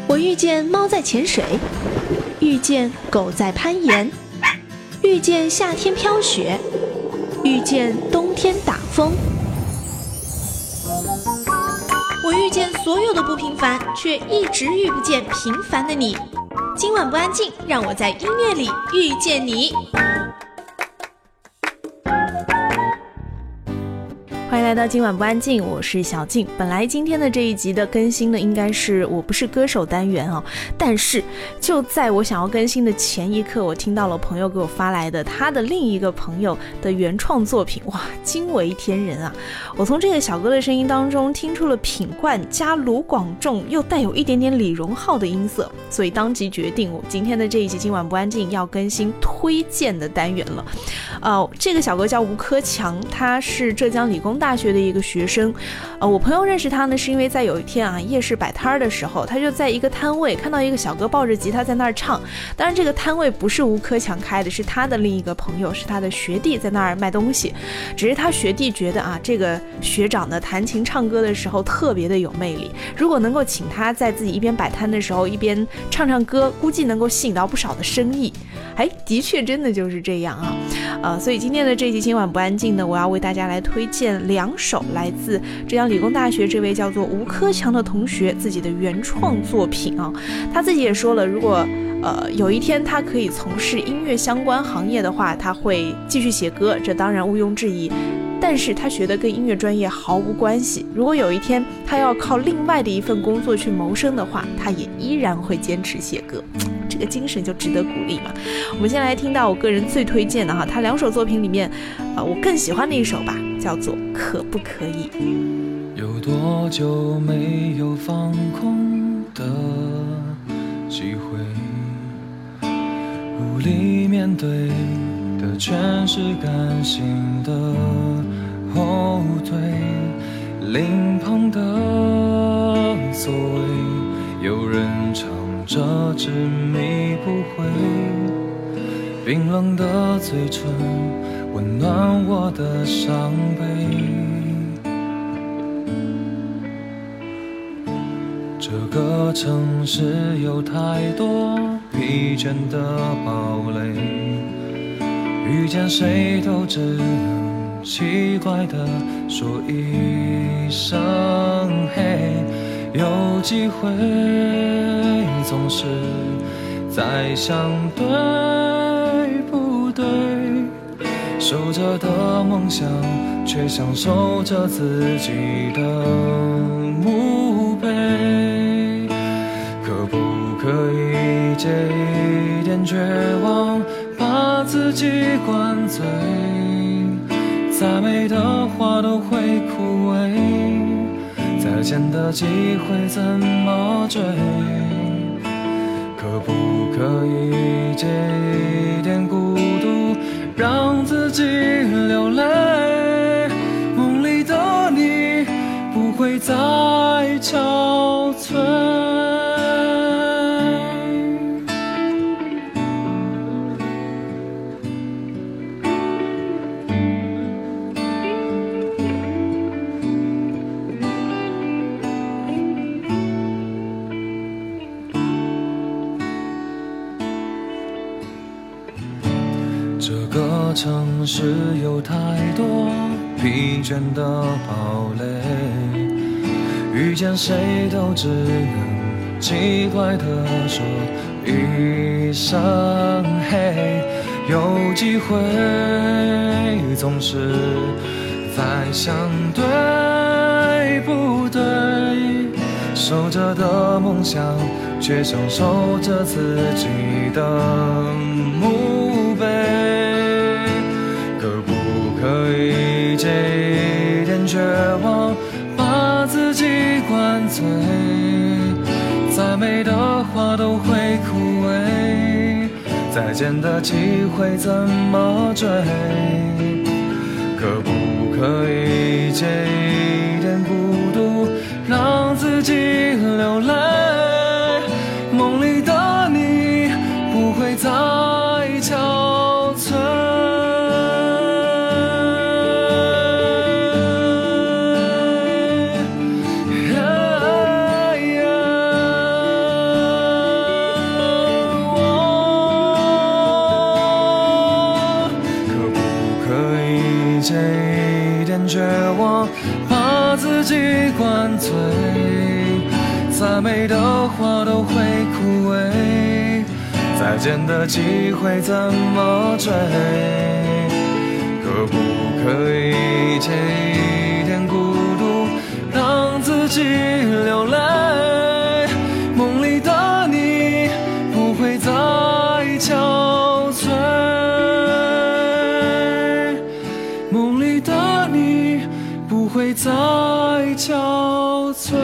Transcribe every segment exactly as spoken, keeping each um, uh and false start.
我遇见猫在潜水，遇见狗在攀岩，遇见夏天飘雪，遇见冬天打风。我遇见所有的不平凡，却一直遇不见平凡的你。今晚不安静，让我在音乐里遇见你。欢迎来到今晚不安静，我是小静。本来今天的这一集的更新呢，应该是我不是歌手单元哦，但是就在我想要更新的前一刻，我听到了朋友给我发来的他的另一个朋友的原创作品，哇，惊为天人啊！我从这个小哥的声音当中听出了品冠加卢广仲，又带有一点点李荣浩的音色，所以当即决定我今天的这一集今晚不安静要更新推荐的单元了。呃，这个小哥叫吴科强，他是浙江理工大学的一个学生。呃，我朋友认识他呢，是因为在有一天啊夜市摆摊的时候，他就在一个摊位看到一个小哥抱着吉他在那儿唱。当然这个摊位不是吴科强开的，是他的另一个朋友，是他的学弟在那儿卖东西。只是他学弟觉得啊，这个学长呢弹琴唱歌的时候特别的有魅力，如果能够请他在自己一边摆摊的时候一边唱唱歌，估计能够吸引到不少的生意。哎，的确真的就是这样啊。呃，所以今天的这一集今晚不安静呢，我要为大家来推荐两首来自浙江理工大学这位叫做吴科强的同学自己的原创作品啊。他自己也说了，如果呃有一天他可以从事音乐相关行业的话，他会继续写歌，这当然毋庸置疑。但是他学的跟音乐专业毫无关系，如果有一天他要靠另外的一份工作去谋生的话，他也依然会坚持写歌，这个精神就值得鼓励嘛。我们先来听到我个人最推荐的哈，他两首作品里面，呃，我更喜欢的一首吧，叫做《可不可以》。 有多久没有放空的机会，无力面对的全是感性的后退，临旁的座位有人唱着执迷不悔，冰冷的嘴唇温暖我的伤悲。这个城市有太多疲倦的堡垒，遇见谁都只能奇怪地说一声嘿，有机会总是在想对不对，守着的梦想却像守着自己的墓碑，可不可以借一点绝望把自己灌醉，再美的花都会枯萎，再见的机会怎么追，可不可以借一点孤独让自己流泪，梦里的你不会再憔悴。这个城市有太多疲倦的堡垒，遇见谁都只能奇怪地说一声嘿，有机会总是在想对不对，守着的梦想却像守着自己的墓碑，可不可以借一点绝望把自己灌醉，再美的花都会枯萎，再见的机会怎么追，可不可以借一点孤独让自己流泪，梦里的你不会再憔悴。 再美的花都会枯萎，再见的机会怎么追？可不可以借一点孤独，让自己流泪？梦里的你不会再憔悴，梦里的你不会再憔悴。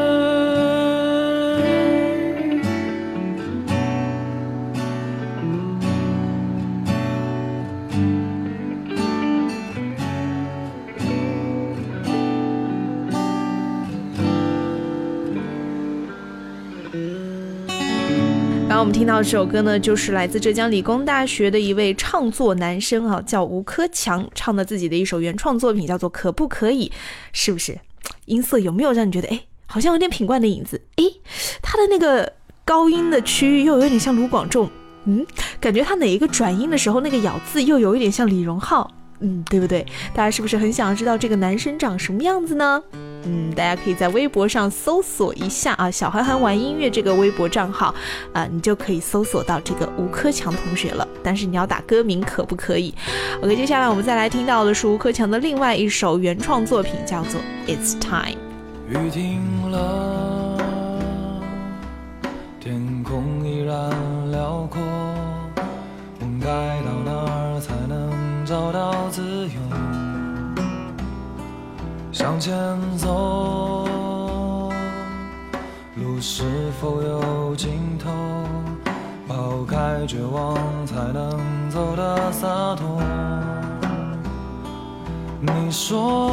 然后我们听到这首歌呢，就是来自浙江理工大学的一位唱作男生啊，叫吴科强，唱的自己的一首原创作品，叫做《可不可以》，是不是？音色有没有让你觉得，哎，好像有点品冠的影子？哎，他的那个高音的区域又有点像卢广仲，嗯，感觉他哪一个转音的时候，那个咬字又有一点像李荣浩，嗯，对不对？大家是不是很想知道这个男生长什么样子呢？嗯，大家可以在微博上搜索一下啊，小韩寒玩音乐这个微博账号啊，你就可以搜索到这个吴科强同学了。但是你要打歌名可不可以 ？OK， 接下来我们再来听到的是吴科强的另外一首原创作品，叫做《It's Time》。 雨停了，天空依然辽阔，梦该到哪儿才能找到自由？向前走，路是否有尽头？抛开绝望，才能走得洒脱。你说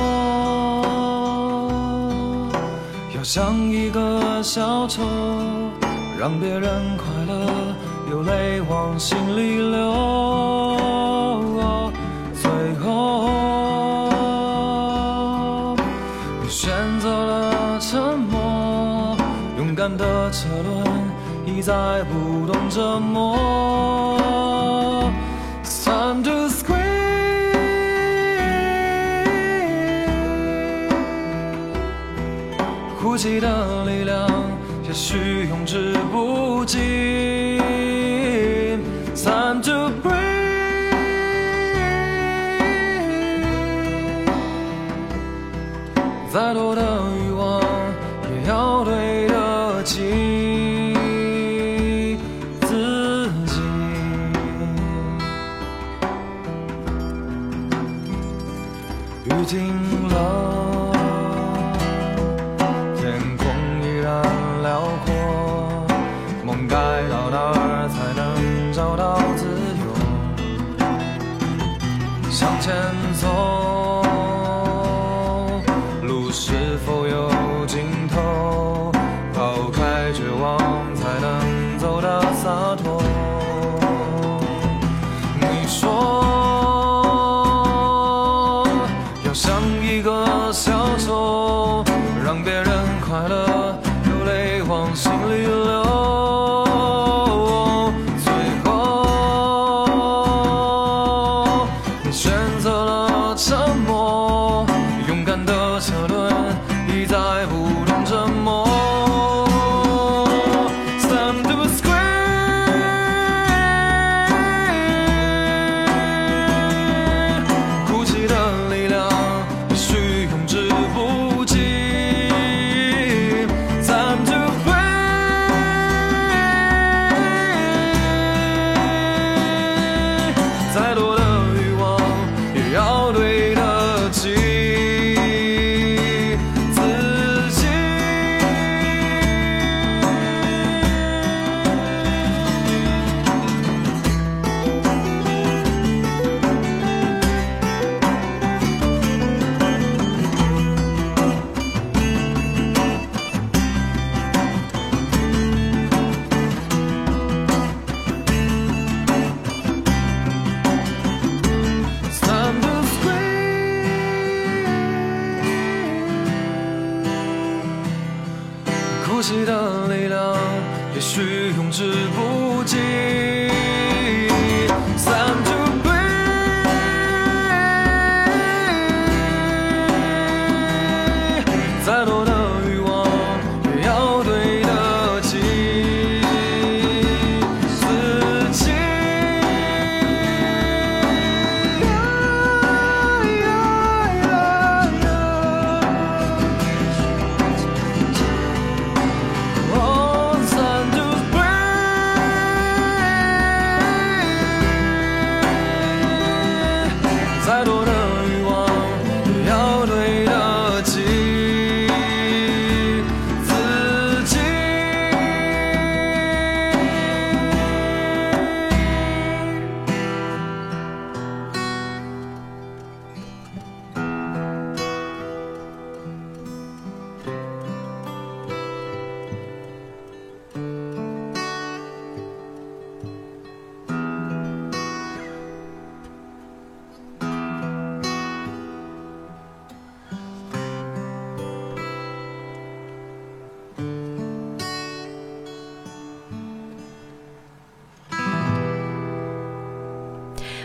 要像一个小丑，让别人快乐，有泪往心里流。最后你选择了沉默，勇敢的车轮已在不动折磨。It's time to scream， 哭泣的力量也许用之不尽。It's time to breathe， 再多的欲望也要对得起自己。雨停了，天空依然辽阔，梦该到哪儿才能找到自由？向前走，路是否有尽头？抛开绝望，才能走得洒脱。你说要像一个小丑，让别人快乐，有泪往心里流。最后你选择了沉默，勇敢的车轮已在不动折磨。It's time to scream， 哭泣的力量也许用之不尽。Time to breathe， 再多的欲望也要对得起自己。It's time to scream， 哭泣的力量也许用之不尽。It's time to breathe， 再多的欲望也要对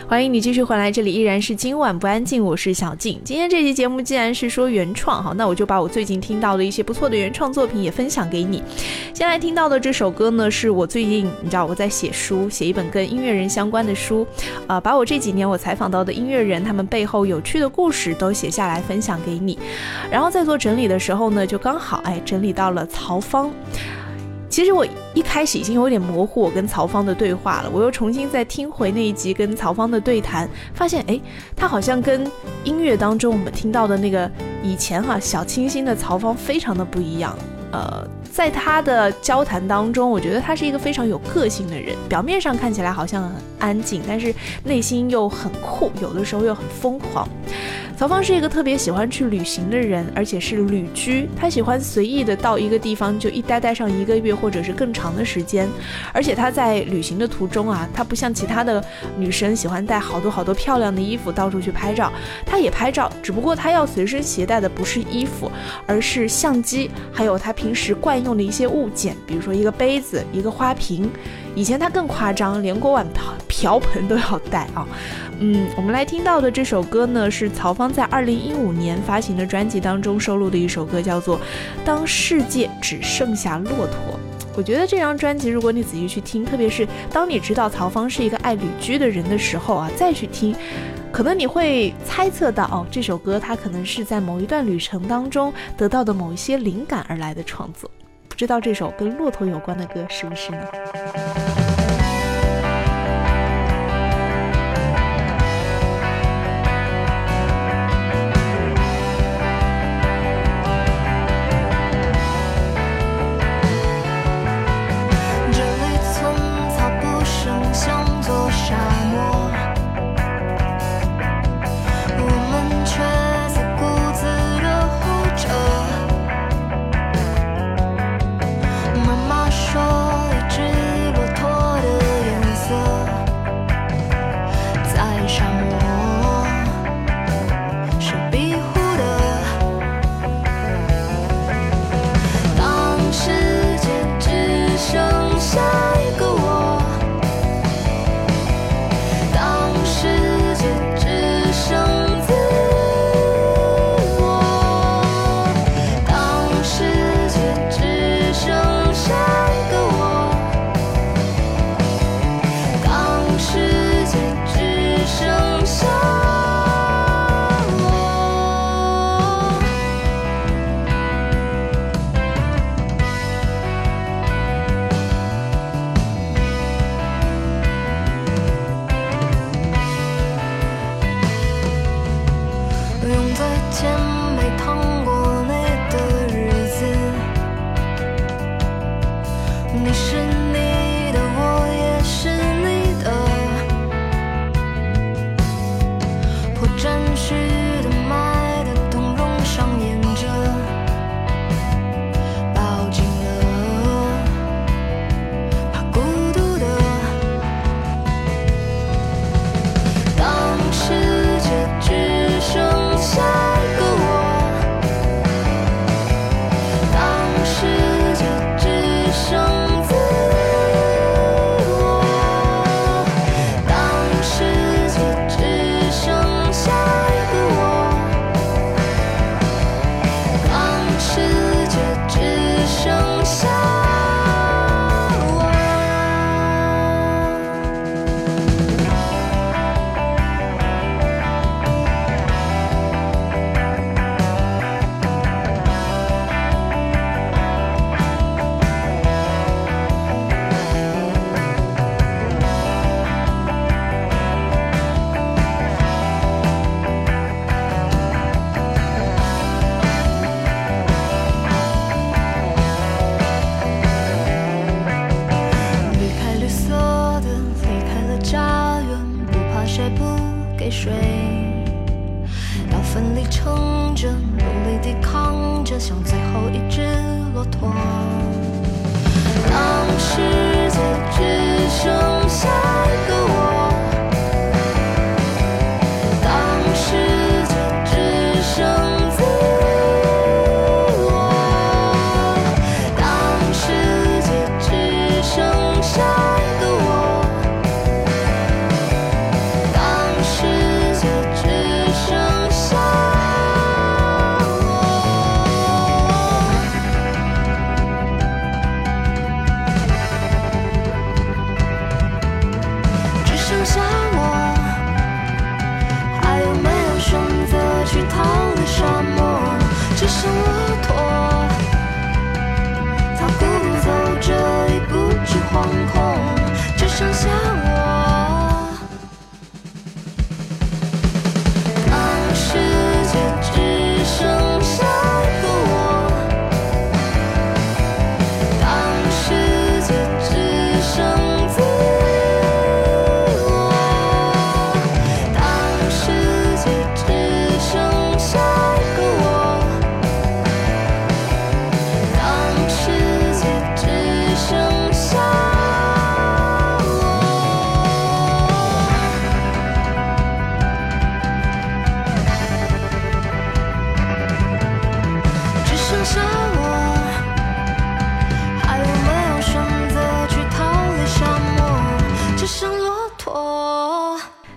欢迎你继续回来，这里依然是今晚不安静，我是小静。今天这期节目既然是说原创，好，那我就把我最近听到的一些不错的原创作品也分享给你。先来听到的这首歌呢，是我最近你知道我在写书，写一本跟音乐人相关的书，呃，把我这几年我采访到的音乐人他们背后有趣的故事都写下来分享给你。然后在做整理的时候呢，就刚好哎整理到了曹芳。其实我一开始已经有点模糊我跟曹芳的对话了，我又重新再听回那一集跟曹芳的对谈，发现哎，他好像跟音乐当中我们听到的那个以前哈、啊、小清新的曹芳非常的不一样。呃，在他的交谈当中，我觉得他是一个非常有个性的人，表面上看起来好像很安静，但是内心又很酷，有的时候又很疯狂。曹芳是一个特别喜欢去旅行的人，而且是旅居，他喜欢随意的到一个地方就一待待上一个月或者是更长的时间。而且他在旅行的途中啊，他不像其他的女生喜欢带好多好多漂亮的衣服到处去拍照，他也拍照，只不过他要随身携带的不是衣服，而是相机，还有他平时惯用的一些物件，比如说一个杯子，一个花瓶。以前他更夸张，连锅碗瓢盆都要带啊。嗯，我们来听到的这首歌呢，是曹芳在二零一五年发行的专辑当中收录的一首歌，叫做《当世界只剩下骆驼》。我觉得这张专辑如果你仔细去听，特别是当你知道曹芳是一个爱旅居的人的时候啊，再去听，可能你会猜测到哦，这首歌它可能是在某一段旅程当中得到的某一些灵感而来的创作。不知道这首跟骆驼有关的歌是不是呢？ 当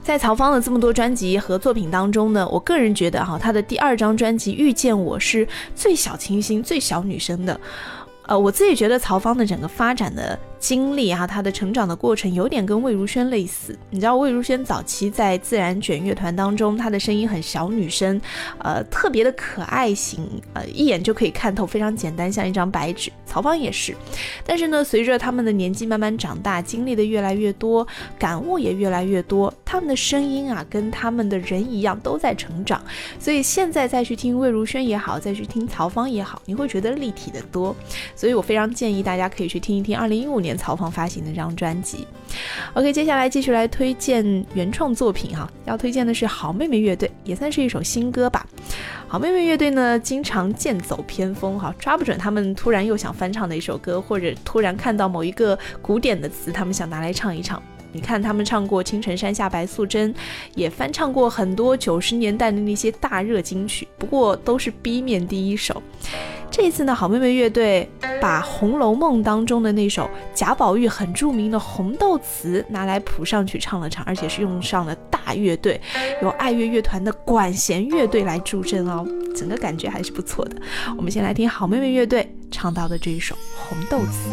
在曹芳的这么多专辑和作品当中呢，我个人觉得哈，他的第二张专辑《遇见我》是最小清新、最小女生的。呃，我自己觉得曹芳的整个发展的经历啊，她的成长的过程有点跟魏如萱类似。你知道魏如萱早期在自然卷乐团当中，她的声音很小女生，呃，特别的可爱型，呃，一眼就可以看透，非常简单，像一张白纸。曹芳也是，但是呢，随着他们的年纪慢慢长大，经历的越来越多，感悟也越来越多，他们的声音啊，跟他们的人一样都在成长。所以现在再去听魏如萱也好，再去听曹芳也好，你会觉得立体的多。所以我非常建议大家可以去听一听二零一五年曹芳发行的这张专辑。 OK， 接下来继续来推荐原创作品哈，要推荐的是好妹妹乐队，也算是一首新歌吧。好妹妹乐队呢，经常剑走偏锋哈，抓不准他们突然又想翻唱的一首歌，或者突然看到某一个古典的词，他们想拿来唱一唱。你看他们唱过青城山下白素贞，也翻唱过很多九十年代的那些大热金曲，不过都是 B 面第一首。这一次呢，好妹妹乐队把《红楼梦》当中的那首贾宝玉很著名的红豆词拿来谱上去唱了唱，而且是用上了大乐队，由爱乐乐团的管弦乐队来助阵哦，整个感觉还是不错的。我们先来听好妹妹乐队唱到的这一首红豆词。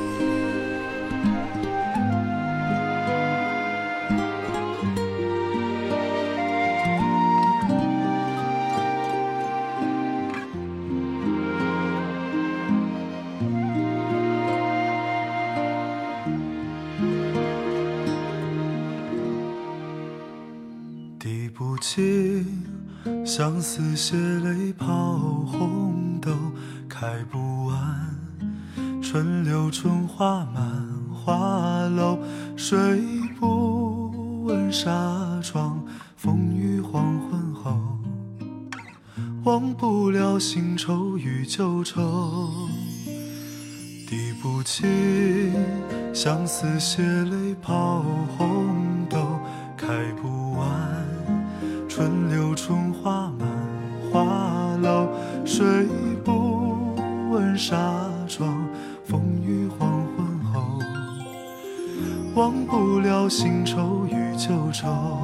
相思血泪泡红豆，开不完，春柳春花满花楼，睡不稳纱窗，风雨黄昏后，忘不了新愁与旧愁。滴不尽相思血泪泡红豆，开不完，春柳春花满花楼，睡不稳纱窗，风雨黄昏后，忘不了新愁与旧愁。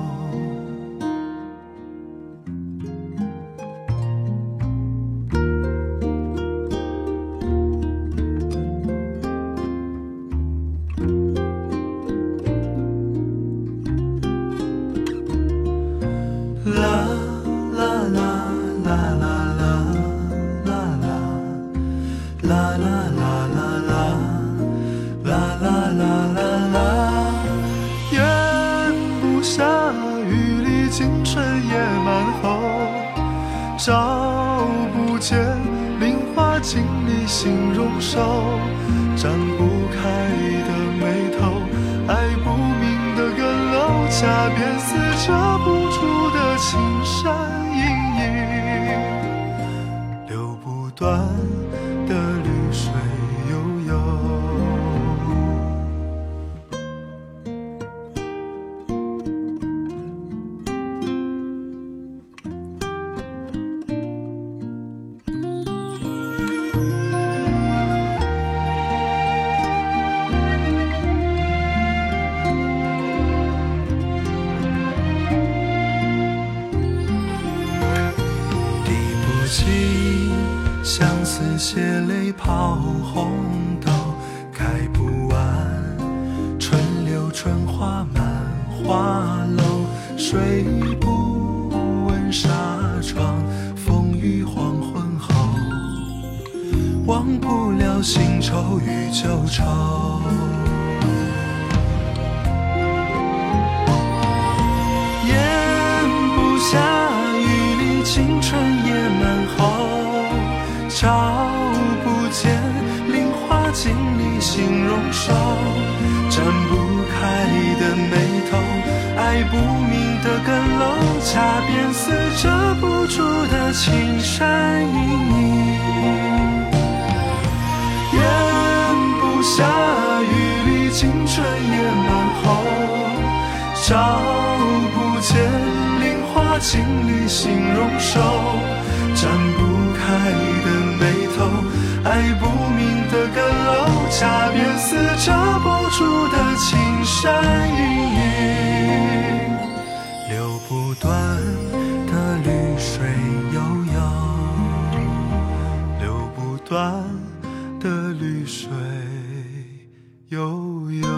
照不见菱花镜里心容瘦，展不开的眉头，爱不明的更楼，恰便似遮不住的青山隐隐，流不断的绿水悠悠。相思血泪泡红豆，开不完，春柳春花满花楼，睡不稳纱窗，风雨黄昏后，忘不了新愁与旧愁。咽不下雨里青春也满后，照不见菱花镜里心容瘦，展不开的眉头，爱不明的更楼，恰便似遮不住的青山隐隐。咽不下雨里青春也满后，照不见菱花镜里心容瘦，展不开的眉头，爱不明的更楼，恰便似遮不住的青山隐隐， 断的绿水悠悠，流不断的绿水悠悠。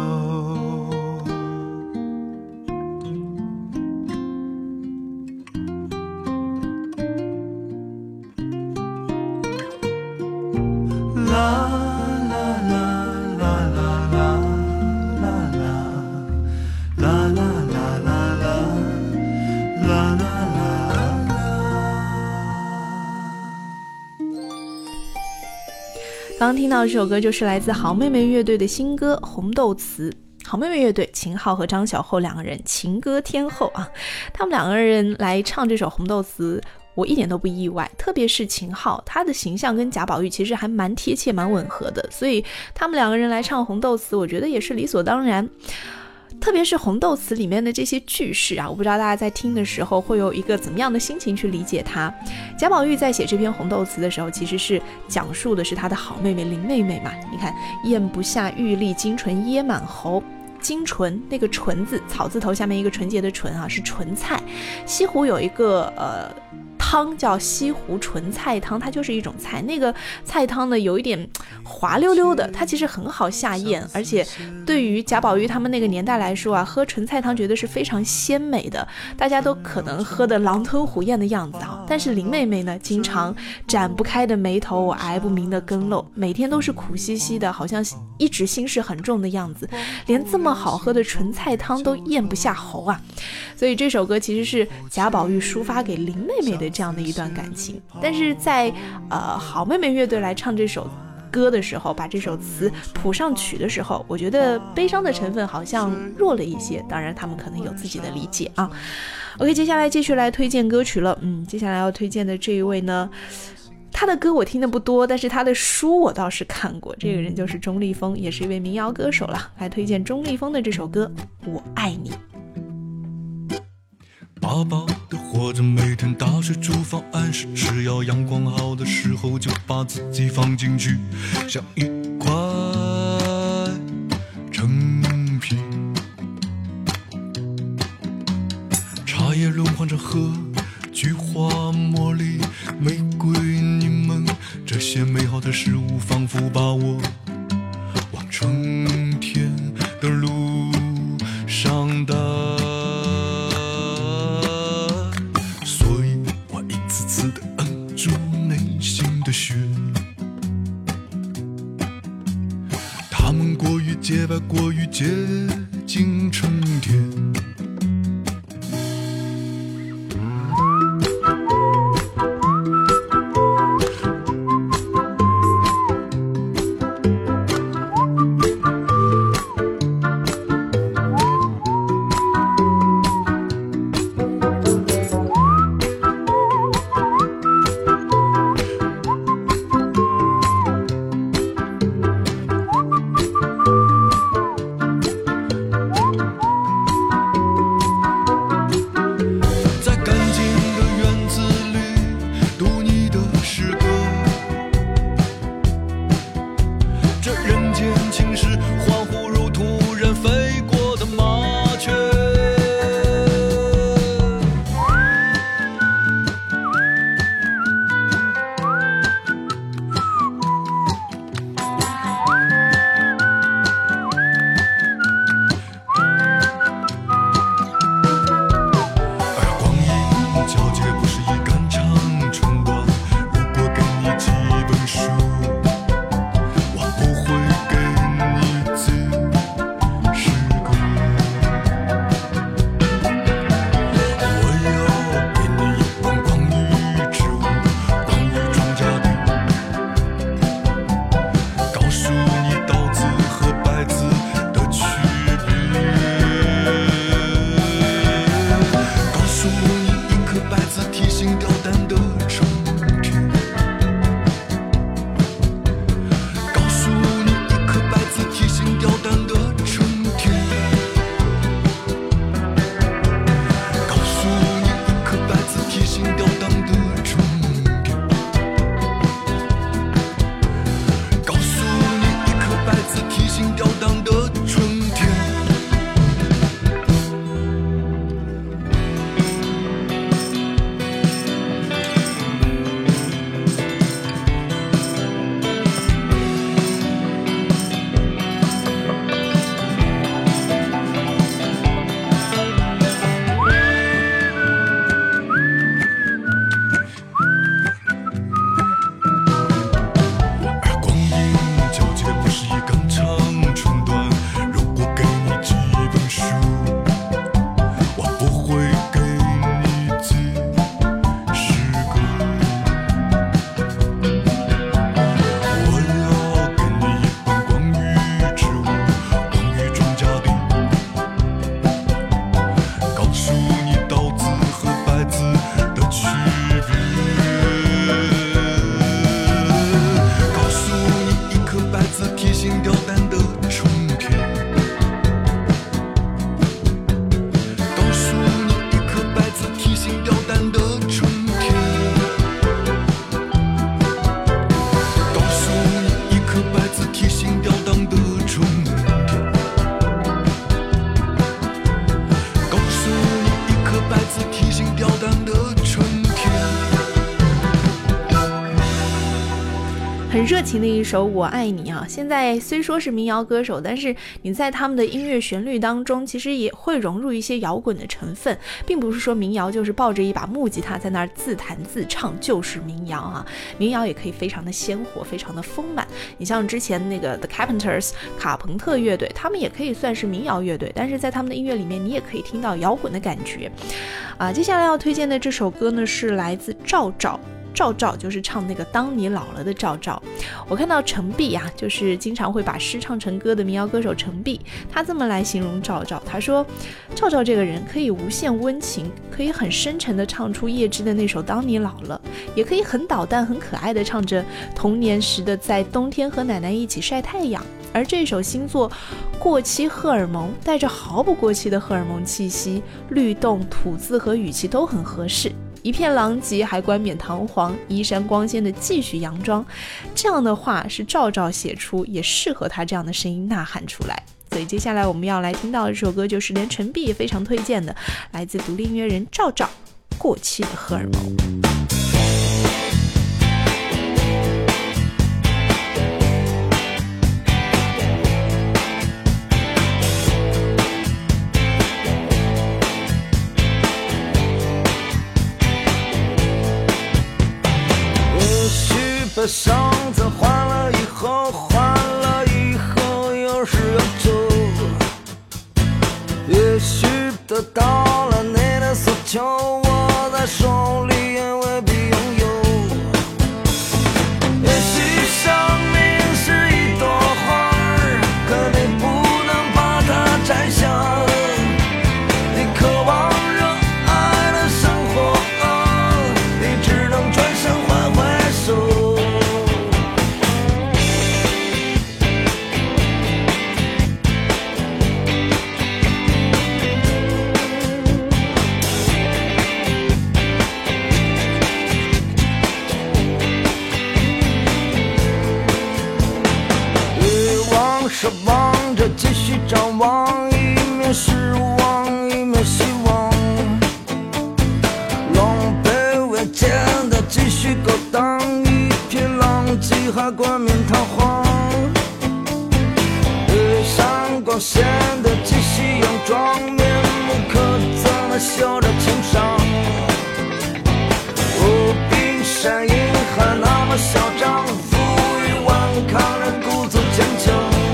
刚刚听到这首歌就是来自好妹妹乐队的新歌《红豆词》。好妹妹乐队秦昊和张小厚两个人情歌天后啊，他们两个人来唱这首《红豆词》，我一点都不意外，特别是秦昊，他的形象跟贾宝玉其实还蛮贴切蛮吻合的，所以他们两个人来唱《红豆词》，我觉得也是理所当然。特别是《红豆词》里面的这些句式啊，我不知道大家在听的时候会有一个怎么样的心情去理解它。贾宝玉在写这篇《红豆词》的时候，其实是讲述的是他的好妹妹林妹妹嘛。你看，咽不下玉粒，金唇噎满喉。金唇，那个唇字，草字头下面一个纯洁的纯啊，是纯菜。西湖有一个呃汤叫西湖纯菜汤，它就是一种菜，那个菜汤呢有一点滑溜溜的，它其实很好下咽，而且对于贾宝玉他们那个年代来说啊，喝纯菜汤觉得是非常鲜美的，大家都可能喝得狼吞虎咽的样子啊。但是林妹妹呢，经常展不开的眉头，挨不明的更漏，每天都是苦兮兮的，好像一直心事很重的样子，连这么好喝的纯菜汤都咽不下喉啊。所以这首歌其实是贾宝玉抒发给林妹妹的这样的一段感情。但是在呃好妹妹乐队来唱这首歌的时候，把这首词谱上曲的时候，我觉得悲伤的成分好像弱了一些，当然他们可能有自己的理解啊。OK， 接下来继续来推荐歌曲了。嗯，接下来要推荐的这一位呢，他的歌我听的不多，但是他的书我倒是看过。这个人就是钟立风，也是一位民谣歌手了。来推荐钟立风的这首歌《我爱你》。 饱饱的活着，每天打水煮饭，按时吃药，阳光好的时候就把自己放进去，像一块成品。茶叶轮换着喝，菊花茉莉玫瑰柠檬，这些美好的事物仿佛把我往春天的路上带。他们过于洁白，过于接近春天。 很热情的一首《我爱你》啊。现在虽说是民谣歌手，但是你在他们的音乐旋律当中，其实也会融入一些摇滚的成分，并不是说民谣就是抱着一把木吉他在那儿自弹自唱就是民谣啊。民谣也可以非常的鲜活，非常的丰满。你像之前那个 The Carpenters 卡朋特乐队，他们也可以算是民谣乐队，但是在他们的音乐里面，你也可以听到摇滚的感觉啊。接下来要推荐的这首歌呢，是来自赵照。赵照就是唱那个当你老了的赵照。我看到程璧啊，就是经常会把诗唱成歌的民谣歌手程璧，他这么来形容赵照，他说赵照这个人可以无限温情，可以很深沉地唱出叶芝的那首当你老了，也可以很捣蛋很可爱地唱着童年时的在冬天和奶奶一起晒太阳。而这首新作过期荷尔蒙，带着毫不过期的荷尔蒙气息，律动吐字和语气都很合适，一片狼藉还冠冕堂皇，衣衫光鲜的继续佯装。这样的话是赵照写出，也适合他这样的声音呐喊出来。所以接下来我们要来听到的这首歌，就是连陈璧也非常推荐的，来自独立音乐人赵照，过期的荷尔蒙。 把伤子换了以后，换了以后有始有终，也许得到了你的所求，我在手里也未必拥有。也许生命是一朵花儿，可你不能把它摘下，你渴望热爱的生活，你只能转身挥挥手。奢望着继续展望，一面失望一面希望，狼狈未见的继续勾当，一片狼藉还冠冕堂皇，衣衫光鲜的继续佯装，面目可憎的笑着情伤，无病呻吟还那么嚣张，负隅顽抗着故作坚强，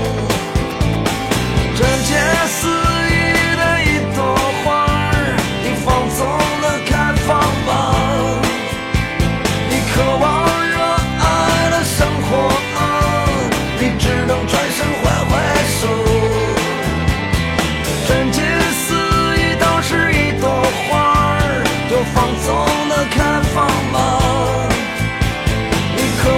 真切肆意的一朵花儿，你放纵的开放吧，你渴望热爱的生活，你只能转身挥挥手，真切肆意都是一朵花儿，就放纵的开放吧，你渴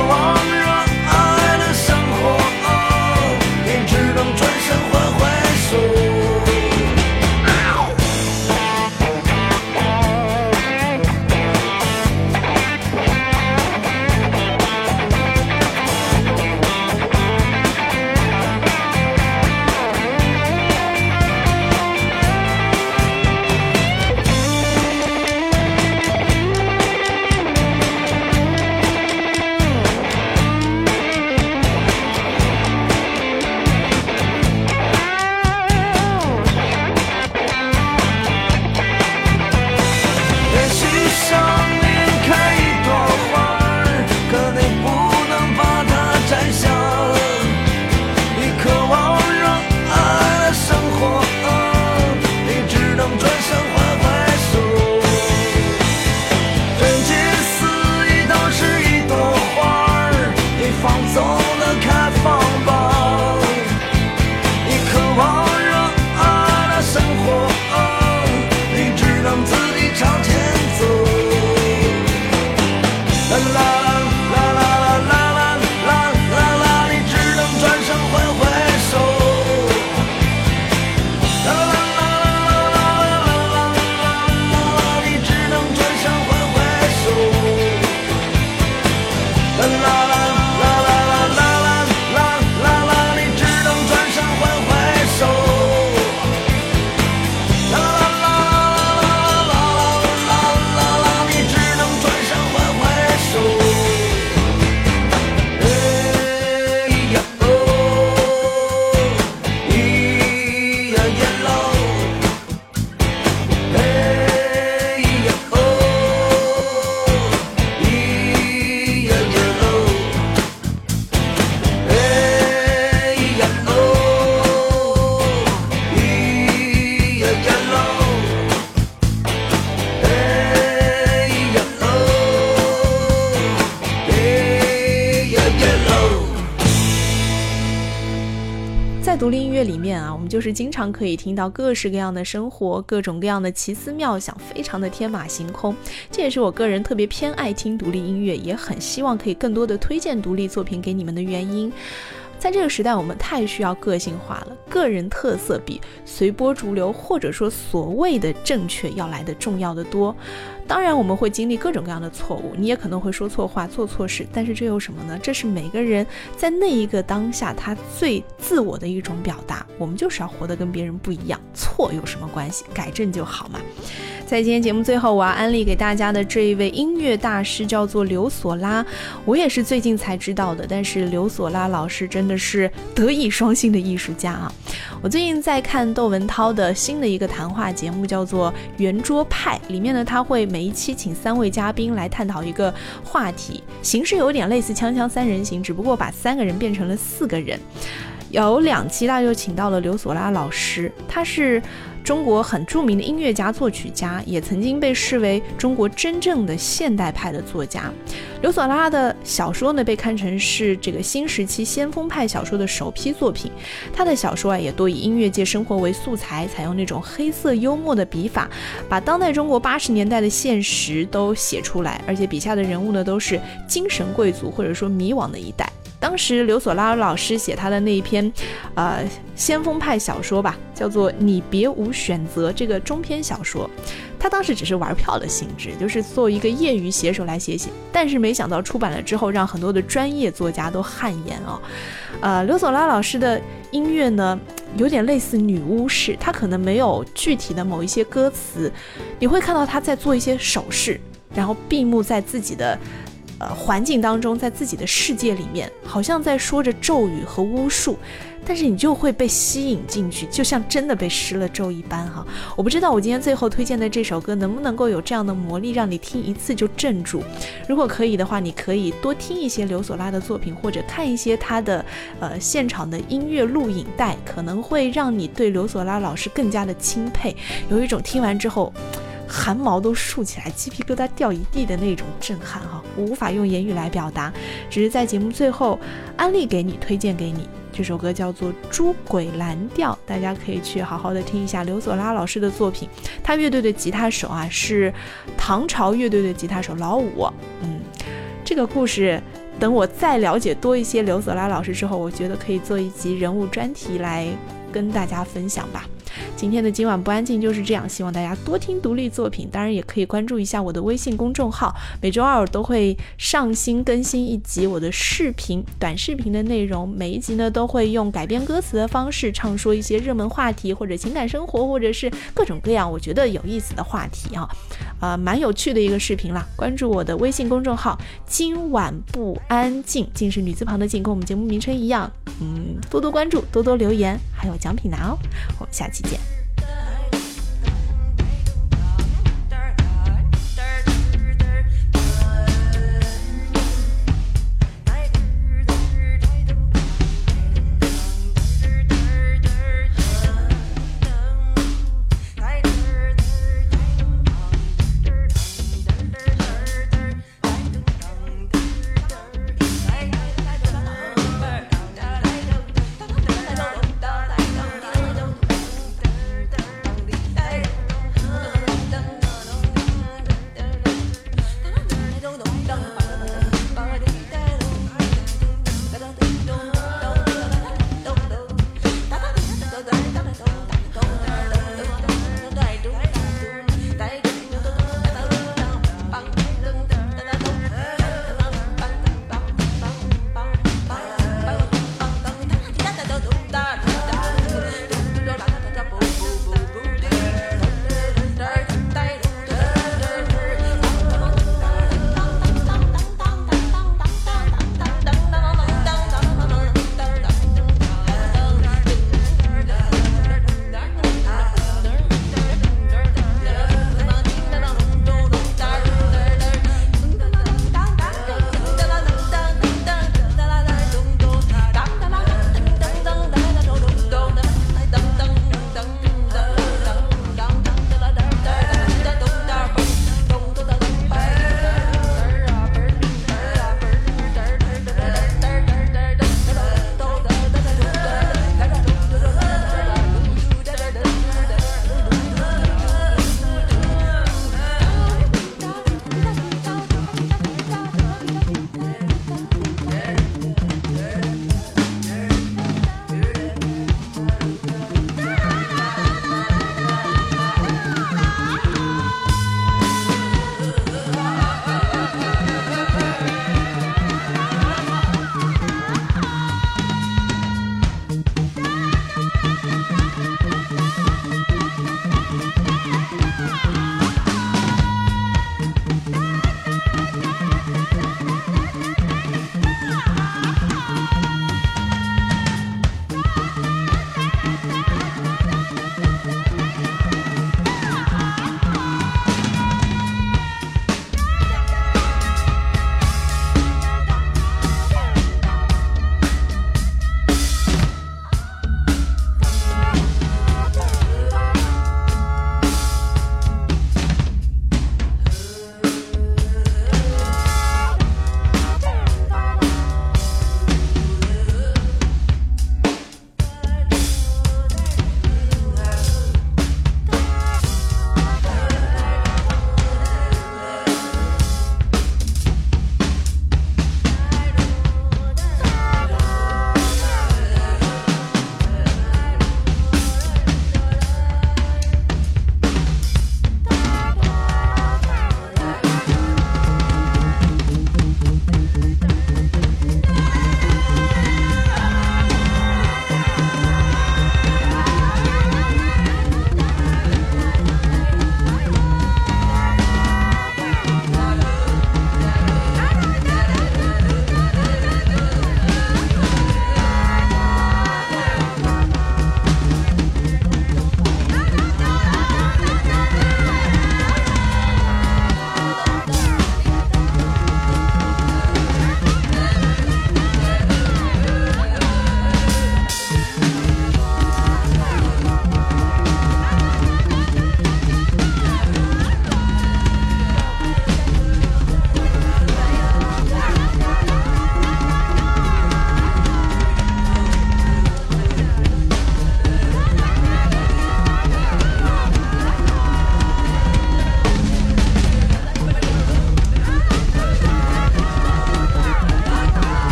在独立音乐里面啊，我们就是经常可以听到各式各样的生活，各种各样的奇思妙想，非常的天马行空。这也是我个人特别偏爱听独立音乐，也很希望可以更多的推荐独立作品给你们的原因。在这个时代，我们太需要个性化了，个人特色比随波逐流或者说所谓的正确要来的重要的多。当然我们会经历各种各样的错误，你也可能会说错话做错事，但是这有什么呢？这是每个人在那一个当下他最自我的一种表达，我们就是要活得跟别人不一样，错有什么关系，改正就好嘛。在今天节目最后，我要安利给大家的这一位音乐大师叫做刘索拉，我也是最近才知道的，但是刘索拉老师真的是德艺双馨的艺术家啊。我最近在看窦文涛的新的一个谈话节目，叫做圆桌派，里面呢他会每一期请三位嘉宾来探讨一个话题，形式有点类似锵锵三人行，只不过把三个人变成了四个人。有两期他就请到了刘索拉老师，他是中国很著名的音乐家作曲家，也曾经被视为中国真正的现代派的作家。刘索拉的小说呢被看成是这个新时期先锋派小说的首批作品，他的小说啊也多以音乐界生活为素材，采用那种黑色幽默的笔法，把当代中国八十年代的现实都写出来，而且笔下的人物呢都是精神贵族或者说迷惘的一代。当时刘索拉老师写他的那一篇呃先锋派小说吧，叫做你别无选择，这个中篇小说，他当时只是玩票的性质，就是做一个业余写手来写写，但是没想到出版了之后让很多的专业作家都汗颜哦。呃，刘索拉老师的音乐呢有点类似女巫式，他可能没有具体的某一些歌词，你会看到他在做一些手势，然后闭目在自己的呃，环境当中，在自己的世界里面，好像在说着咒语和巫术，但是你就会被吸引进去，就像真的被施了咒一般哈。我不知道我今天最后推荐的这首歌能不能够有这样的魔力，让你听一次就镇住。如果可以的话，你可以多听一些刘索拉的作品，或者看一些他的呃现场的音乐录影带，可能会让你对刘索拉老师更加的钦佩，有一种听完之后汗毛都竖起来，鸡皮疙瘩掉一地的那种震撼哈，我无法用言语来表达，只是在节目最后安利给你，推荐给你。这首歌叫做《诸鬼蓝调》，大家可以去好好的听一下刘索拉老师的作品。他乐队的吉他手啊是唐朝乐队的吉他手老五。嗯，这个故事等我再了解多一些刘索拉老师之后，我觉得可以做一集人物专题来跟大家分享吧。今天的今晚不安静就是这样，希望大家多听独立作品，当然也可以关注一下我的微信公众号，每周二都会上新更新一集我的视频短视频的内容，每一集呢都会用改编歌词的方式唱说一些热门话题，或者情感生活，或者是各种各样我觉得有意思的话题啊，呃，蛮有趣的一个视频啦。关注我的微信公众号今晚不安静，静是女字旁的静，跟我们节目名称一样，嗯，多多关注，多多留言，还有奖品拿哦。我们下期见。